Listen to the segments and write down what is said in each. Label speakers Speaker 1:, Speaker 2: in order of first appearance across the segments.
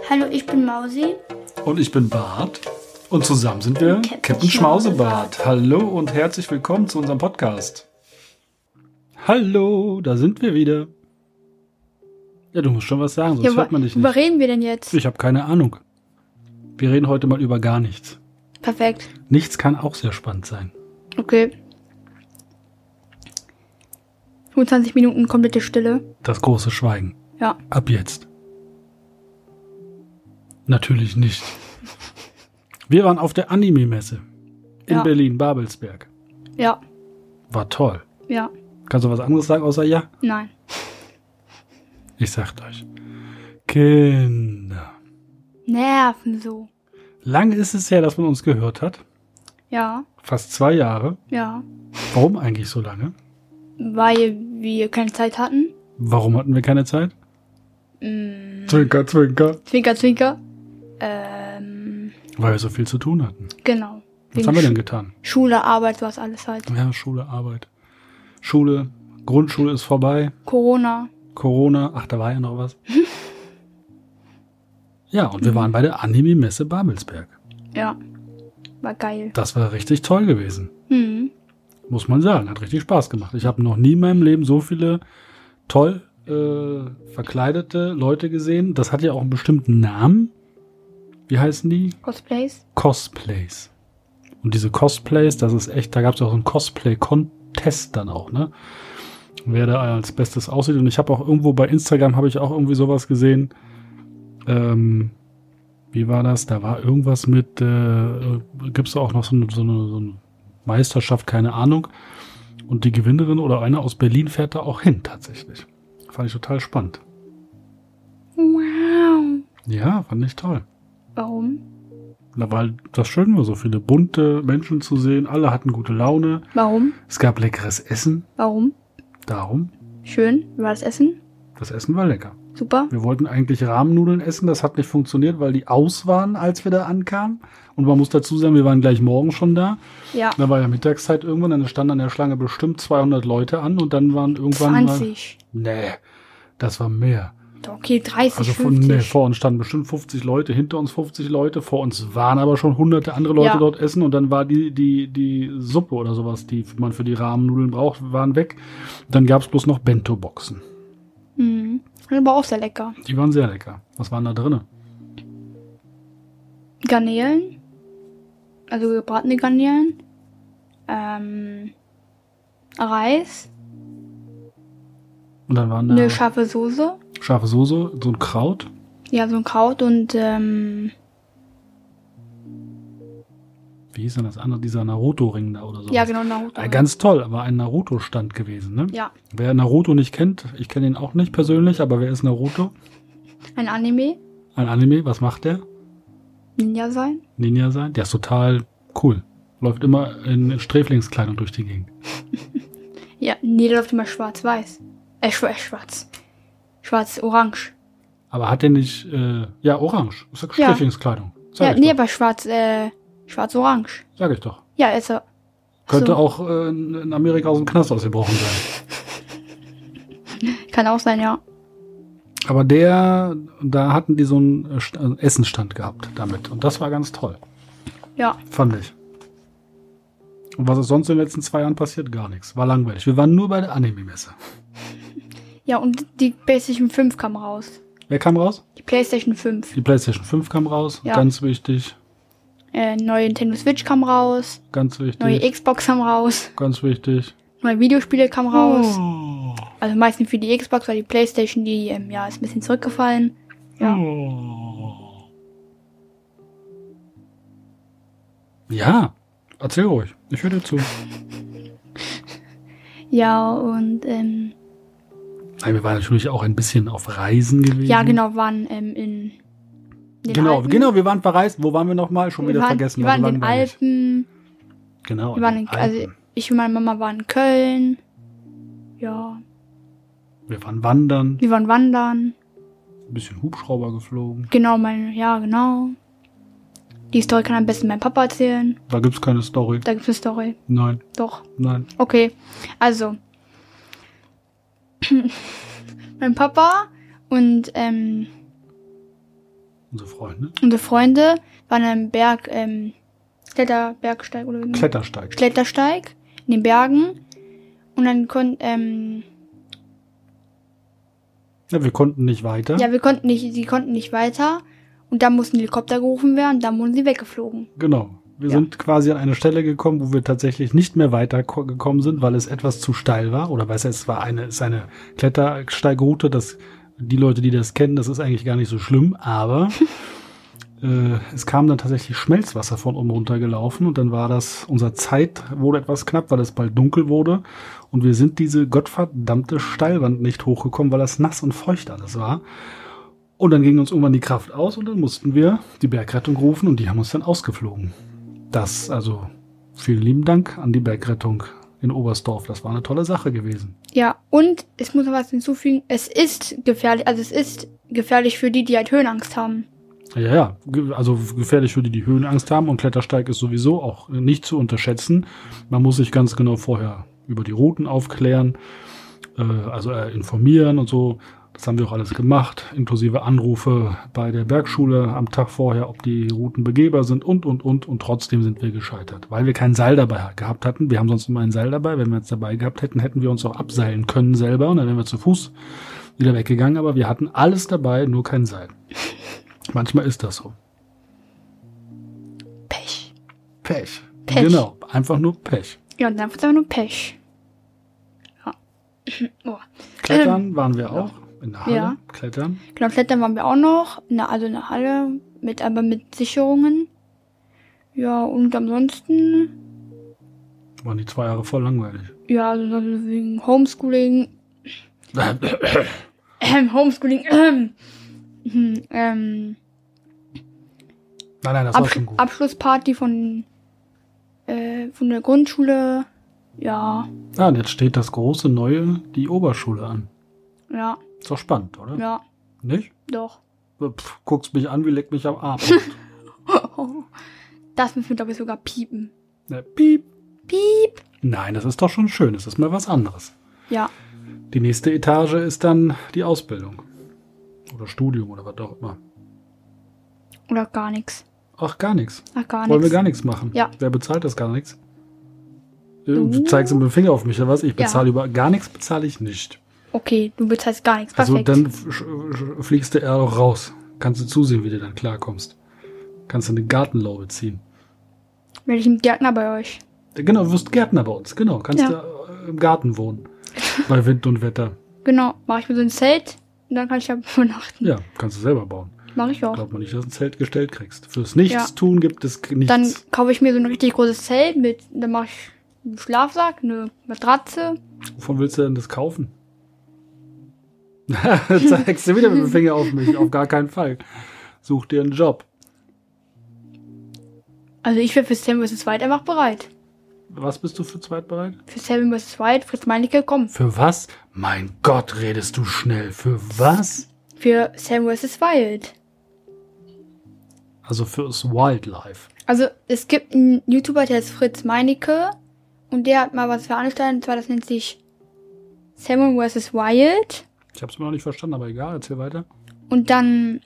Speaker 1: Hallo, ich bin Mausi.
Speaker 2: Und ich bin Bart. Und zusammen sind wir Captain Schmausebart. Hallo und herzlich willkommen zu unserem Podcast. Hallo, da sind wir wieder. Ja, du musst schon was sagen, sonst hört man dich nicht.
Speaker 1: Worüber reden wir denn jetzt?
Speaker 2: Ich habe keine Ahnung. Wir reden heute mal über gar nichts.
Speaker 1: Perfekt.
Speaker 2: Nichts kann auch sehr spannend sein.
Speaker 1: Okay. 25 Minuten komplette Stille.
Speaker 2: Das große Schweigen.
Speaker 1: Ja.
Speaker 2: Ab jetzt. Natürlich nicht. Wir waren auf der Anime-Messe in Berlin, Babelsberg.
Speaker 1: Ja.
Speaker 2: War toll.
Speaker 1: Ja.
Speaker 2: Kannst du was anderes sagen außer ja?
Speaker 1: Nein.
Speaker 2: Ich sag's euch. Kinder.
Speaker 1: Nerven so.
Speaker 2: Lange ist es her, dass man uns gehört hat.
Speaker 1: Ja.
Speaker 2: Fast 2 Jahre.
Speaker 1: Ja.
Speaker 2: Warum eigentlich so lange?
Speaker 1: Weil wir keine Zeit hatten.
Speaker 2: Warum hatten wir keine Zeit? Zwinker, zwinker.
Speaker 1: Zwinker, zwinker.
Speaker 2: Weil wir so viel zu tun hatten.
Speaker 1: Genau.
Speaker 2: Was haben wir denn getan?
Speaker 1: Schule, Arbeit, was alles halt.
Speaker 2: Ja, Schule, Arbeit. Schule, Grundschule ist vorbei.
Speaker 1: Corona.
Speaker 2: Ach, da war ja noch was. Ja, und wir waren bei der Anime-Messe Babelsberg.
Speaker 1: Ja. War geil.
Speaker 2: Das war richtig toll gewesen.
Speaker 1: Mhm.
Speaker 2: Muss man sagen, hat richtig Spaß gemacht. Ich habe noch nie in meinem Leben so viele toll verkleidete Leute gesehen. Das hat ja auch einen bestimmten Namen. Wie heißen die?
Speaker 1: Cosplays.
Speaker 2: Cosplays. Und diese Cosplays, das ist echt, da gab es auch so einen Cosplay-Contest dann auch, ne? Wer da als Bestes aussieht. Und ich habe auch irgendwo bei Instagram, habe ich auch irgendwie sowas gesehen. Wie war das? Da war irgendwas mit, gibt es auch noch so eine Meisterschaft, keine Ahnung. Und die Gewinnerin oder einer aus Berlin fährt da auch hin, tatsächlich. Fand ich total spannend.
Speaker 1: Wow.
Speaker 2: Ja, fand ich toll.
Speaker 1: Warum?
Speaker 2: Na, weil das schön war, so viele bunte Menschen zu sehen. Alle hatten gute Laune.
Speaker 1: Warum?
Speaker 2: Es gab leckeres Essen.
Speaker 1: Warum?
Speaker 2: Darum.
Speaker 1: Schön. Wie war das Essen?
Speaker 2: Das Essen war lecker.
Speaker 1: Super.
Speaker 2: Wir wollten eigentlich Rahmennudeln essen. Das hat nicht funktioniert, weil die aus waren, als wir da ankamen. Und man muss dazu sagen, wir waren gleich morgen schon da.
Speaker 1: Ja.
Speaker 2: Da war ja Mittagszeit irgendwann. Dann standen an der Schlange bestimmt 200 Leute an. Und dann waren irgendwann
Speaker 1: 20.
Speaker 2: Nee, das war mehr.
Speaker 1: Okay, 30,
Speaker 2: also
Speaker 1: 50.
Speaker 2: Vor uns standen bestimmt 50 Leute, hinter uns 50 Leute, vor uns waren aber schon hunderte andere Leute dort essen und dann war die Suppe oder sowas, die man für die Rahmennudeln braucht, waren weg. Dann gab es bloß noch Bento-Boxen.
Speaker 1: Mhm. Aber auch sehr lecker.
Speaker 2: Die waren sehr lecker. Was waren da drin?
Speaker 1: Garnelen. Also gebratene Garnelen. Reis.
Speaker 2: Und dann waren da
Speaker 1: eine scharfe Soße.
Speaker 2: Scharfe Soße, so ein Kraut.
Speaker 1: Ja, so ein Kraut und
Speaker 2: wie hieß denn das andere? Dieser Naruto-Ring da oder so.
Speaker 1: Ja, genau, Naruto.
Speaker 2: Ganz toll, aber ein Naruto-Stand gewesen, ne?
Speaker 1: Ja.
Speaker 2: Wer Naruto nicht kennt, ich kenne ihn auch nicht persönlich, aber wer ist Naruto?
Speaker 1: Ein Anime.
Speaker 2: Ein Anime, was macht der?
Speaker 1: Ninja sein.
Speaker 2: Ninja sein? Der ist total cool. Läuft immer in Sträflingskleidung durch die Gegend.
Speaker 1: Ja, nee, der läuft immer schwarz-weiß. Schwarz. Schwarz-orange.
Speaker 2: Aber hat der nicht, orange. Ist ja Sträflingskleidung.
Speaker 1: Ja, nee, aber schwarz-orange.
Speaker 2: Sag ich doch.
Speaker 1: Ja, ist er.
Speaker 2: Könnte auch in Amerika aus dem Knast ausgebrochen sein.
Speaker 1: Kann auch sein, ja.
Speaker 2: Aber da hatten die so einen Essensstand gehabt damit. Und das war ganz toll.
Speaker 1: Ja.
Speaker 2: Fand ich. Und was ist sonst in den letzten 2 Jahren passiert? Gar nichts. War langweilig. Wir waren nur bei der Anime-Messe.
Speaker 1: Ja, und die PlayStation 5 kam raus.
Speaker 2: Wer kam raus?
Speaker 1: Die PlayStation 5.
Speaker 2: Die PlayStation 5 kam raus.
Speaker 1: Ja.
Speaker 2: Ganz wichtig.
Speaker 1: Neue Nintendo Switch kam raus.
Speaker 2: Ganz wichtig.
Speaker 1: Neue Xbox kam raus.
Speaker 2: Ganz wichtig.
Speaker 1: Neue Videospiele kam raus.
Speaker 2: Oh.
Speaker 1: Also meistens für die Xbox, weil die PlayStation, die ist ein bisschen zurückgefallen. Ja.
Speaker 2: Oh. Ja, erzähl ruhig. Ich höre dir zu.
Speaker 1: Ja, und
Speaker 2: Nein, wir waren natürlich auch ein bisschen auf Reisen gewesen.
Speaker 1: ja, genau, waren in den Alpen.
Speaker 2: Genau, wir waren verreist. Wo waren wir nochmal? Schon wieder vergessen.
Speaker 1: Wir waren in den Alpen.
Speaker 2: Genau.
Speaker 1: Wir waren also ich und meine Mama waren in Köln. Ja.
Speaker 2: Wir waren wandern.
Speaker 1: Ein
Speaker 2: bisschen Hubschrauber geflogen.
Speaker 1: Genau, genau. Die Story kann am besten mein Papa erzählen.
Speaker 2: Da gibt's keine Story.
Speaker 1: Da gibt's eine Story.
Speaker 2: Nein.
Speaker 1: Doch.
Speaker 2: Nein.
Speaker 1: Okay, also mein Papa und
Speaker 2: unsere Freunde.
Speaker 1: Unsere Freunde waren am Berg, Kletterbergsteig oder Klettersteig in den Bergen. Und dann
Speaker 2: ja, wir konnten nicht weiter.
Speaker 1: Ja, sie konnten nicht weiter. Und dann mussten Helikopter gerufen werden und dann wurden sie weggeflogen.
Speaker 2: Genau. Wir sind quasi an eine Stelle gekommen, wo wir tatsächlich nicht mehr weitergekommen sind, weil es etwas zu steil war. Oder es ist eine Klettersteigroute, die Leute, die das kennen, das ist eigentlich gar nicht so schlimm, aber es kam dann tatsächlich Schmelzwasser von oben runtergelaufen und dann war unsere Zeit wurde etwas knapp, weil es bald dunkel wurde und wir sind diese gottverdammte Steilwand nicht hochgekommen, weil das nass und feucht alles war. Und dann ging uns irgendwann die Kraft aus und dann mussten wir die Bergrettung rufen und die haben uns dann ausgeflogen. Vielen lieben Dank an die Bergrettung in Oberstdorf. Das war eine tolle Sache gewesen.
Speaker 1: Ja, und ich muss noch was hinzufügen. Es ist gefährlich für die halt Höhenangst haben.
Speaker 2: Ja, also gefährlich für die Höhenangst haben und Klettersteig ist sowieso auch nicht zu unterschätzen. Man muss sich ganz genau vorher über die Routen aufklären, informieren und so. Das haben wir auch alles gemacht, inklusive Anrufe bei der Bergschule am Tag vorher, ob die Routen begehbar sind und trotzdem sind wir gescheitert, weil wir kein Seil dabei gehabt hatten. Wir haben sonst immer ein Seil dabei. Wenn wir es dabei gehabt hätten, hätten wir uns auch abseilen können selber und dann wären wir zu Fuß wieder weggegangen, aber wir hatten alles dabei, nur kein Seil. Manchmal ist das so.
Speaker 1: Pech.
Speaker 2: Genau, einfach nur Pech.
Speaker 1: Ja, und dann wird es einfach nur Pech. Ja. Oh.
Speaker 2: Klettern waren wir auch. In der Halle,
Speaker 1: ja.
Speaker 2: Klettern.
Speaker 1: Genau, Klettern waren wir auch noch. In der Halle, aber mit Sicherungen. Ja, und ansonsten...
Speaker 2: Waren die 2 Jahre voll langweilig.
Speaker 1: Ja, also wegen Homeschooling. Homeschooling.
Speaker 2: Nein, das war schon gut.
Speaker 1: Abschlussparty von der Grundschule. Ja.
Speaker 2: Ah, und jetzt steht das große Neue, die Oberschule an.
Speaker 1: Ja.
Speaker 2: Ist doch spannend, oder?
Speaker 1: Ja.
Speaker 2: Nicht?
Speaker 1: Doch.
Speaker 2: Guckst mich an, wie leck mich am Arm.
Speaker 1: Das müssen wir, glaube ich, sogar piepen.
Speaker 2: Piep.
Speaker 1: Piep.
Speaker 2: Nein, das ist doch schon schön. Das ist mal was anderes.
Speaker 1: Ja.
Speaker 2: Die nächste Etage ist dann die Ausbildung. Oder Studium oder was auch immer.
Speaker 1: Oder gar nichts.
Speaker 2: Ach, gar nichts.
Speaker 1: Ach,
Speaker 2: Wollen wir gar nichts machen?
Speaker 1: Ja.
Speaker 2: Wer bezahlt das gar nichts? Du zeigst mit dem Finger auf mich, oder was? Ich bezahle gar nichts bezahle ich nicht.
Speaker 1: Okay, du bezahlst gar nichts. Perfekt.
Speaker 2: Also dann fliegst du eher auch raus. Kannst du zusehen, wie du dann klarkommst. Kannst du eine Gartenlaube ziehen.
Speaker 1: Werde ich im Gärtner bei euch.
Speaker 2: Genau, du wirst Gärtner bei uns. Genau, kannst du im Garten wohnen. Bei Wind und Wetter.
Speaker 1: Genau, mache ich mir so ein Zelt und dann kann ich ja übernachten.
Speaker 2: Ja, kannst du selber bauen.
Speaker 1: Mache ich auch.
Speaker 2: Glaubt man nicht, dass du ein Zelt gestellt kriegst. Fürs Nichtstun gibt es nichts.
Speaker 1: Dann kaufe ich mir so ein richtig großes Zelt dann mache ich einen Schlafsack, eine Matratze.
Speaker 2: Wovon willst du denn das kaufen? Zeigst du wieder mit dem Finger auf mich? Auf gar keinen Fall. Such dir einen Job.
Speaker 1: Also ich wäre für Seven vs. Wild einfach bereit.
Speaker 2: Was bist du für zweit bereit?
Speaker 1: Für Seven vs. Wild, Fritz Meinecke, komm.
Speaker 2: Für was? Mein Gott, redest du schnell. Für was?
Speaker 1: Für Seven vs. Wild.
Speaker 2: Also fürs Wildlife.
Speaker 1: Also es gibt einen YouTuber, der heißt Fritz Meinecke. Und der hat mal was veranstaltet. Und zwar, das nennt sich Seven vs. Wild.
Speaker 2: Ich hab's mir noch nicht verstanden, aber egal, erzähl weiter.
Speaker 1: Und dann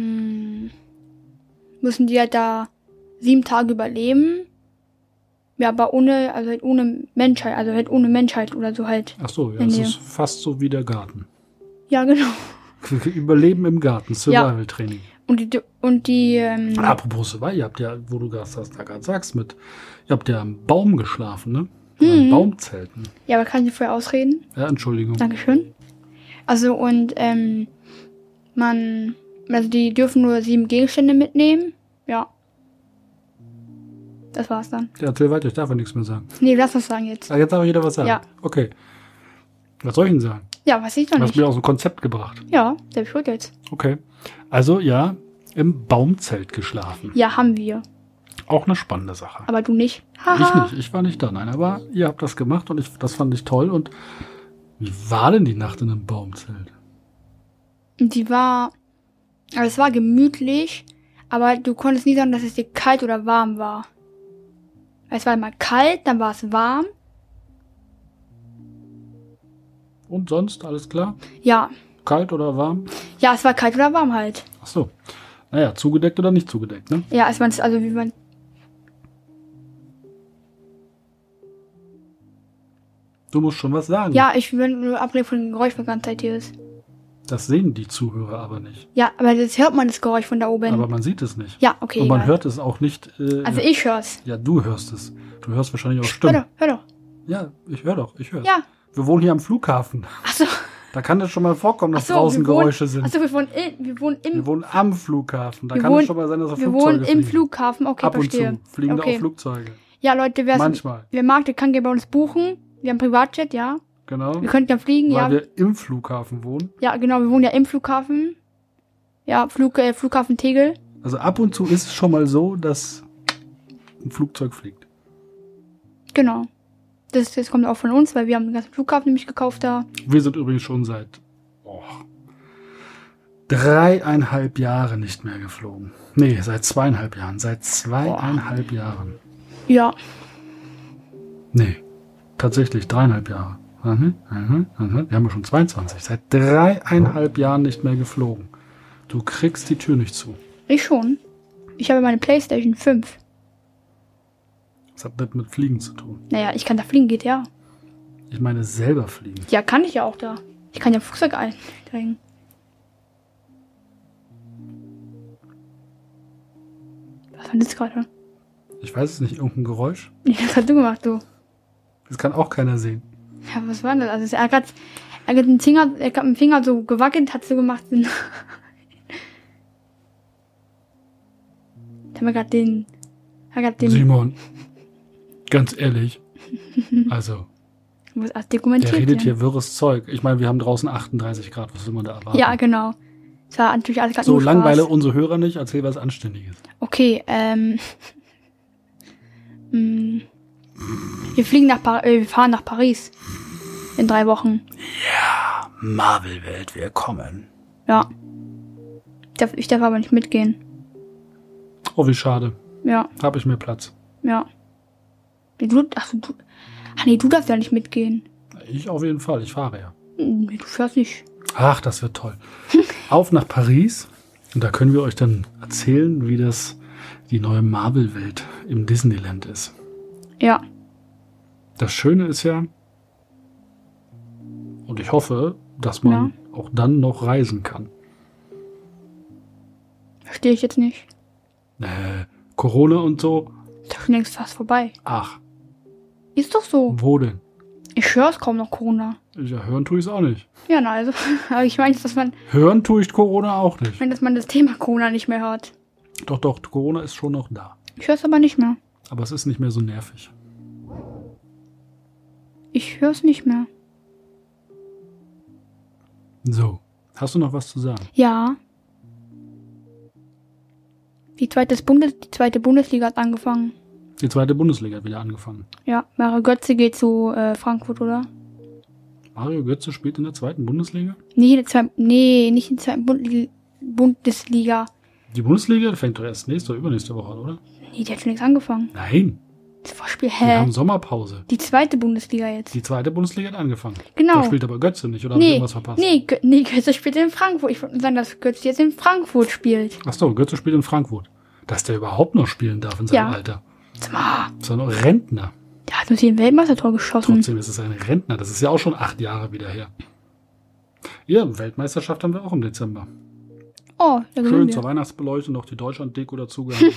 Speaker 1: müssen die halt da 7 Tage überleben. Ja, aber ohne Menschheit oder so halt.
Speaker 2: Ach so, ja, es ist fast so wie der Garten.
Speaker 1: Ja, genau.
Speaker 2: Überleben im Garten, Survival-Training.
Speaker 1: Und die
Speaker 2: apropos Survival, ihr habt ja, wo du das da gerade sagst, ihr habt ja am Baum geschlafen, ne? In Baumzelten.
Speaker 1: Ja, aber kann ich vorher ausreden?
Speaker 2: Ja, Entschuldigung.
Speaker 1: Dankeschön. Also und die dürfen nur 7 Gegenstände mitnehmen. Ja. Das war's dann.
Speaker 2: Ja, erzähl weiter, ich darf ja nichts mehr sagen.
Speaker 1: Nee, lass das sagen jetzt.
Speaker 2: Ah, jetzt darf jeder was sagen?
Speaker 1: Ja.
Speaker 2: Okay. Was soll ich denn sagen?
Speaker 1: Ja, weiß ich doch
Speaker 2: Du
Speaker 1: nicht.
Speaker 2: hast mir aus dem Konzept gebracht.
Speaker 1: Ja, selbst schuld jetzt.
Speaker 2: Okay. Also, ja, im Baumzelt geschlafen.
Speaker 1: Ja, haben wir.
Speaker 2: Auch eine spannende Sache.
Speaker 1: Aber du nicht.
Speaker 2: Ich nicht, ich war nicht da, nein. Aber ihr habt das gemacht und das fand ich toll. Und wie war denn die Nacht in einem Baumzelt?
Speaker 1: Es war gemütlich, aber du konntest nie sagen, dass es dir kalt oder warm war. Es war mal kalt, dann war es warm.
Speaker 2: Und sonst, alles klar?
Speaker 1: Ja.
Speaker 2: Kalt oder warm?
Speaker 1: Ja, es war kalt oder warm halt.
Speaker 2: Ach so. Naja, zugedeckt oder nicht zugedeckt, ne?
Speaker 1: Ja, also wie man...
Speaker 2: Du musst schon was sagen.
Speaker 1: Ja, ich will nur ablehnen von dem Geräusch, was die ganze Zeit hier ist.
Speaker 2: Das sehen die Zuhörer aber nicht.
Speaker 1: Ja, aber das hört man, das Geräusch von da oben.
Speaker 2: Aber man sieht es nicht.
Speaker 1: Ja, okay,
Speaker 2: Und man
Speaker 1: egal.
Speaker 2: hört es auch nicht.
Speaker 1: Also ich hör's.
Speaker 2: Ja, du hörst es. Du hörst wahrscheinlich auch Stimmen.
Speaker 1: Hör doch.
Speaker 2: Ja, ich höre.
Speaker 1: Ja.
Speaker 2: Wir wohnen hier am Flughafen.
Speaker 1: Achso.
Speaker 2: Da kann das schon mal vorkommen, dass draußen Geräusche sind.
Speaker 1: Achso, wir wohnen
Speaker 2: am Flughafen. Da
Speaker 1: wir
Speaker 2: kann
Speaker 1: wohnen-
Speaker 2: es schon mal sein, dass da
Speaker 1: Wir
Speaker 2: Flugzeuge
Speaker 1: wohnen im
Speaker 2: fliegen.
Speaker 1: Flughafen, okay,
Speaker 2: Ab und
Speaker 1: verstehe.
Speaker 2: zu fliegen da
Speaker 1: Okay.
Speaker 2: auch Flugzeuge.
Speaker 1: Ja, Leute,
Speaker 2: Manchmal.
Speaker 1: wer mag, der kann gerne bei uns buchen. Wir haben Privatjet, ja.
Speaker 2: Genau.
Speaker 1: Wir könnten ja fliegen,
Speaker 2: Weil
Speaker 1: ja.
Speaker 2: wir im Flughafen wohnen.
Speaker 1: Ja, genau, wir wohnen ja im Flughafen. Ja, Flughafen Tegel.
Speaker 2: Also ab und zu ist es schon mal so, dass ein Flugzeug fliegt.
Speaker 1: Genau. Das kommt auch von uns, weil wir haben den ganzen Flughafen nämlich gekauft da.
Speaker 2: Wir sind übrigens schon seit 3,5 Jahre nicht mehr geflogen. Nee, seit 2,5 Jahren. Seit 2,5 Jahren.
Speaker 1: Ja.
Speaker 2: Nee, tatsächlich 3,5 Jahre. Wir haben ja schon 22. Seit 3,5 Jahren nicht mehr geflogen. Du kriegst die Tür nicht zu.
Speaker 1: Ich schon. Ich habe meine PlayStation 5.
Speaker 2: Das hat nicht mit Fliegen zu tun.
Speaker 1: Naja, ich kann da fliegen, geht ja.
Speaker 2: Ich meine selber fliegen.
Speaker 1: Ja, kann ich ja auch da. Ich kann ja Flugzeug einsteigen. Was war das gerade?
Speaker 2: Ich weiß es nicht, irgendein Geräusch?
Speaker 1: Nee, das hast du gemacht, du.
Speaker 2: Das kann auch keiner sehen.
Speaker 1: Ja, was war denn das? Also er hat den Finger, mit dem Finger so gewackelt, hat so gemacht. Da haben wir gerade den.
Speaker 2: Simon, ganz ehrlich. Also,
Speaker 1: Was
Speaker 2: der
Speaker 1: dokumentiert
Speaker 2: redet
Speaker 1: ja.
Speaker 2: hier wirres Zeug. Ich meine, wir haben draußen 38 Grad. Was will man da erwarten?
Speaker 1: Ja, genau. Das war natürlich alles gerade
Speaker 2: So,
Speaker 1: nur Spaß.
Speaker 2: langweile unsere Hörer nicht. Erzähl was Anständiges.
Speaker 1: Okay, wir fahren nach Paris. In 3 Wochen.
Speaker 2: Marvel-Welt, wir kommen.
Speaker 1: Ja. Ich darf aber nicht mitgehen.
Speaker 2: Oh, wie schade.
Speaker 1: Ja,
Speaker 2: Hab ich mir Platz.
Speaker 1: ja. Nee, du darfst ja nicht mitgehen.
Speaker 2: Ich auf jeden Fall. Ich fahre ja.
Speaker 1: Nee, du fährst nicht.
Speaker 2: Ach, das wird toll. Auf nach Paris. Und da können wir euch dann erzählen, wie das die neue Marvel-Welt im Disneyland ist.
Speaker 1: Ja.
Speaker 2: Das Schöne ist ja, und ich hoffe, dass man auch dann noch reisen kann.
Speaker 1: Verstehe ich jetzt nicht.
Speaker 2: Corona und so.
Speaker 1: Ist doch schon längst fast vorbei.
Speaker 2: Ach,
Speaker 1: Ist doch so.
Speaker 2: wo denn?
Speaker 1: Ich höre es kaum noch Corona.
Speaker 2: Ja, hören tue ich es auch nicht.
Speaker 1: Ja, na, also. Aber ich meine, dass man
Speaker 2: Hören tue ich Corona auch nicht.
Speaker 1: das Thema Corona nicht mehr hört.
Speaker 2: Doch, Corona ist schon noch da.
Speaker 1: Ich höre es aber nicht mehr.
Speaker 2: Aber es ist nicht mehr so nervig.
Speaker 1: Ich höre es nicht mehr.
Speaker 2: So, hast du noch was zu sagen?
Speaker 1: Ja. Die zweite Bundesliga hat angefangen.
Speaker 2: Die zweite Bundesliga hat wieder angefangen.
Speaker 1: Ja, Mario Götze geht zu Frankfurt, oder?
Speaker 2: Mario Götze spielt in der zweiten Bundesliga?
Speaker 1: Nicht in der zweiten Bundesliga.
Speaker 2: Die Bundesliga fängt doch erst nächste oder übernächste Woche an, oder?
Speaker 1: Nee, der hat schon nichts angefangen.
Speaker 2: Nein,
Speaker 1: Das Vorspiel,
Speaker 2: wir haben Sommerpause.
Speaker 1: Die zweite Bundesliga jetzt.
Speaker 2: Die zweite Bundesliga hat angefangen.
Speaker 1: Genau.
Speaker 2: Da spielt aber Götze nicht, oder habe ich irgendwas verpasst?
Speaker 1: Nee, Götze spielt in Frankfurt. Ich wollte sagen, dass Götze jetzt in Frankfurt spielt.
Speaker 2: Achso, Götze spielt in Frankfurt. Dass der überhaupt noch spielen darf in seinem
Speaker 1: Ja.
Speaker 2: Alter.
Speaker 1: Sag mal,
Speaker 2: Das ist doch noch Rentner.
Speaker 1: der hat uns hier ein Weltmeistertor geschossen.
Speaker 2: Trotzdem ist es ein Rentner. Das ist ja auch schon 8 Jahre wieder her. Ja, Weltmeisterschaft haben wir auch im Dezember.
Speaker 1: Oh, da
Speaker 2: Schön
Speaker 1: gewinnen
Speaker 2: zur
Speaker 1: wir.
Speaker 2: Weihnachtsbeleuchtung noch die Deutschland-Deko dazugehauen.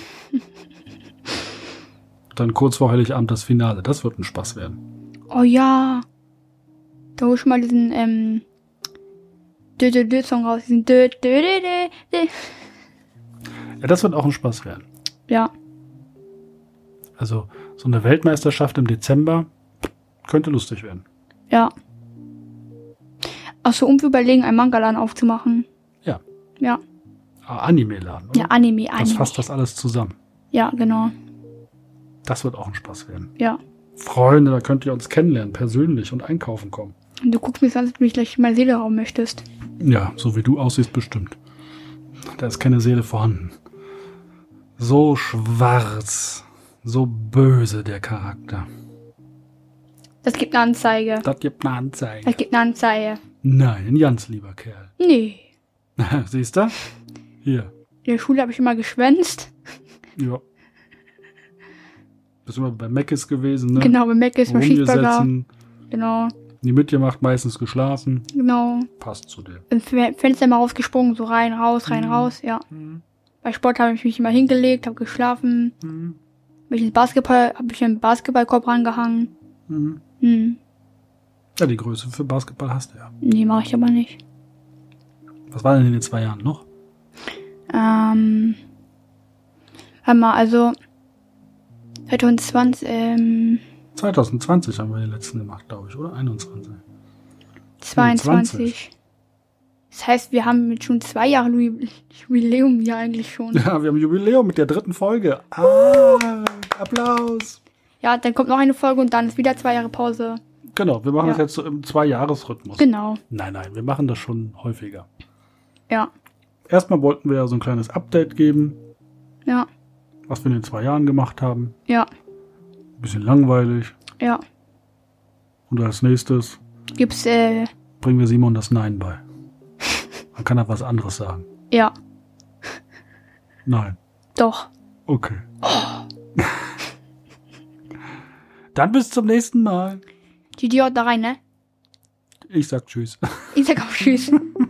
Speaker 2: Dann kurz vor Heiligabend das Finale. Das wird ein Spaß werden.
Speaker 1: Oh ja. Da hol ich mal diesen Song raus. Diesen
Speaker 2: Ja, das wird auch ein Spaß werden.
Speaker 1: Ja.
Speaker 2: Also so eine Weltmeisterschaft im Dezember könnte lustig werden.
Speaker 1: Ja. Achso, und wir überlegen, einen Manga-Laden aufzumachen.
Speaker 2: Ja.
Speaker 1: Ja.
Speaker 2: Anime-Laden, oder?
Speaker 1: Ja, Anime.
Speaker 2: Das fasst das alles zusammen.
Speaker 1: Ja, genau.
Speaker 2: Das wird auch ein Spaß werden.
Speaker 1: Ja.
Speaker 2: Freunde, da könnt ihr uns kennenlernen, persönlich und einkaufen kommen.
Speaker 1: Und du guckst mich so an, als ob du mich gleich in meine Seele rauben möchtest.
Speaker 2: Ja, so wie du aussiehst, bestimmt. Da ist keine Seele vorhanden. So schwarz, so böse der Charakter.
Speaker 1: Das gibt eine Anzeige.
Speaker 2: Das gibt eine Anzeige.
Speaker 1: Das gibt eine Anzeige.
Speaker 2: Nein, ein ganz lieber Kerl.
Speaker 1: Nee.
Speaker 2: Siehst du? Hier.
Speaker 1: In der Schule habe ich immer geschwänzt.
Speaker 2: Ja. Bist immer bei Meckes gewesen, ne?
Speaker 1: Genau, bei Meckes, beim Cheeseburger.
Speaker 2: Rumgesessen,
Speaker 1: Genau,
Speaker 2: nie mitgemacht, meistens geschlafen.
Speaker 1: genau.
Speaker 2: Passt zu dir.
Speaker 1: Im Fenster mal rausgesprungen, so rein, raus, ja. Bei Sport habe ich mich immer hingelegt, habe geschlafen. Bin ich ins Basketball, habe ich im Basketballkorb rangehangen.
Speaker 2: Ja, die Größe für Basketball hast du ja.
Speaker 1: Nee, mache ich aber nicht.
Speaker 2: Was war denn in den 2 Jahren noch?
Speaker 1: Warte mal, also 2020,
Speaker 2: 2020 haben wir den letzten gemacht, glaube ich, oder? 21.
Speaker 1: 22. Das heißt, wir haben jetzt schon 2 Jahre Jubiläum ja eigentlich schon.
Speaker 2: Ja, wir haben Jubiläum mit der 3. Folge. Applaus.
Speaker 1: Ja, dann kommt noch eine Folge und dann ist wieder 2 Jahre Pause.
Speaker 2: Genau, wir machen das jetzt so im 2-Jahres-Rhythmus.
Speaker 1: Genau.
Speaker 2: Nein, wir machen das schon häufiger.
Speaker 1: Ja.
Speaker 2: Erstmal wollten wir ja so ein kleines Update geben,
Speaker 1: Ja.
Speaker 2: was wir in den 2 Jahren gemacht haben.
Speaker 1: Ja.
Speaker 2: Ein bisschen langweilig.
Speaker 1: Ja.
Speaker 2: Und als nächstes
Speaker 1: Gibt's,
Speaker 2: bringen wir Simon das Nein bei. Dann kann er was anderes sagen.
Speaker 1: ja.
Speaker 2: Nein.
Speaker 1: Doch.
Speaker 2: Okay. Dann bis zum nächsten Mal.
Speaker 1: Die haut da rein, ne?
Speaker 2: Ich sag Tschüss.
Speaker 1: Ich sag auch Tschüss.